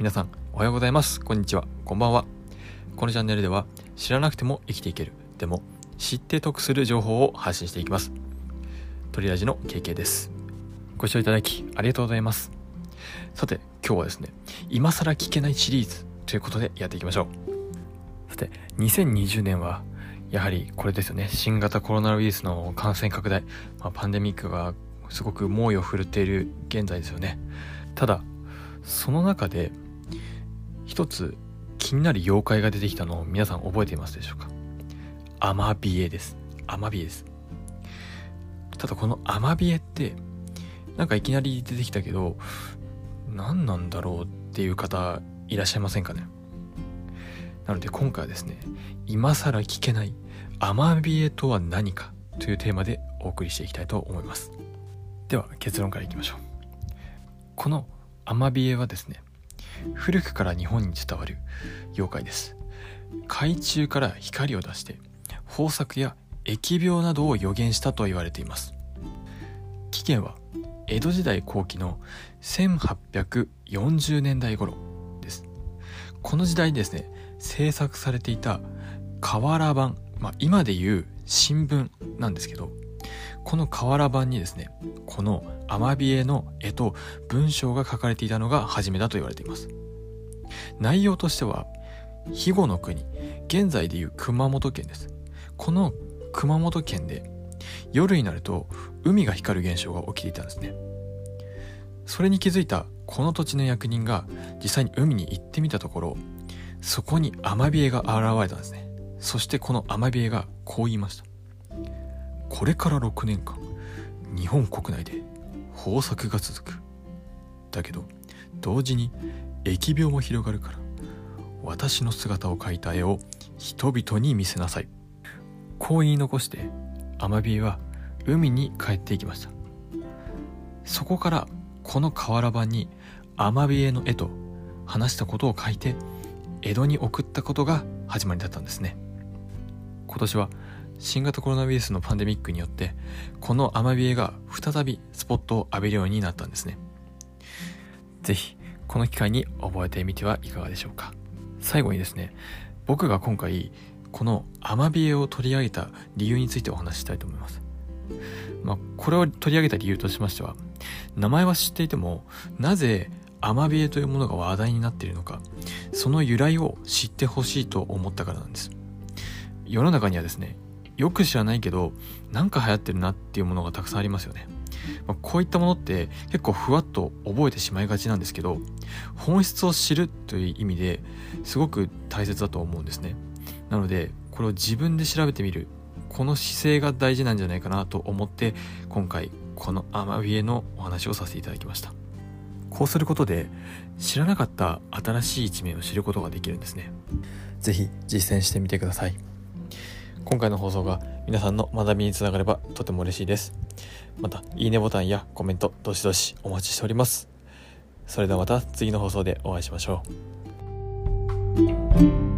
皆さんおはようございます。こんにちは、こんばんは。このチャンネルでは知らなくても生きていける、でも知って得する情報を発信していきます。トリラジの KK です。ご視聴いただきありがとうございます。さて今日はですね、今更聞けないシリーズということでやっていきましょう。さて2020年はやはりこれですよね。新型コロナウイルスの感染拡大、パンデミックがすごく猛威を振るっている現在ですよね。ただその中で一つ気になる妖怪が出てきたのを皆さん覚えていますでしょうか。アマビエです。アマビエです。ただこのアマビエってなんかいきなり出てきたけど何なんだろうっていう方いらっしゃいませんかね。なので今回はですね、今更聞けないアマビエとは何かというテーマでお送りしていきたいと思います。では結論からいきましょう。このアマビエはですね、古くから日本に伝わる妖怪です。海中から光を出して豊作や疫病などを予言したと言われています。起源は江戸時代後期の1840年代頃です。この時代にですね、制作されていた瓦版、今でいう新聞なんですけど、この瓦版にですね、このアマビエの絵と文章が書かれていたのが初めだと言われています。内容としては肥後の国、現在でいう熊本県です。この熊本県で夜になると海が光る現象が起きていたんですね。それに気づいたこの土地の役人が実際に海に行ってみたところ、そこにアマビエが現れたんですね。そしてこのアマビエがこう言いました。これから6年間日本国内で豊作が続く。だけど同時に疫病も広がるから、私の姿を描いた絵を人々に見せなさい。こう言い残してアマビエは海に帰っていきました。そこからこの瓦版にアマビエの絵と話したことを書いて江戸に送ったことが始まりだったんですね。今年は新型コロナウイルスのパンデミックによってこのアマビエが再びスポットを浴びるようになったんですね。ぜひこの機会に覚えてみてはいかがでしょうか。最後にですね、僕が今回このアマビエを取り上げた理由についてお話ししたいと思います。これを取り上げた理由としましては、名前は知っていてもなぜアマビエというものが話題になっているのか、その由来を知ってほしいと思ったからなんです。世の中にはですね、よく知らないけどなんか流行ってるなっていうものがたくさんありますよね。こういったものって結構ふわっと覚えてしまいがちなんですけど、本質を知るという意味ですごく大切だと思うんですね。なのでこれを自分で調べてみる、この姿勢が大事なんじゃないかなと思って今回このアマビエのお話をさせていただきました。こうすることで知らなかった新しい一面を知ることができるんですね。ぜひ実践してみてください。今回の放送が皆さんの学びにつながればとても嬉しいです。またいいねボタンやコメントどしどしお待ちしております。それではまた次の放送でお会いしましょう。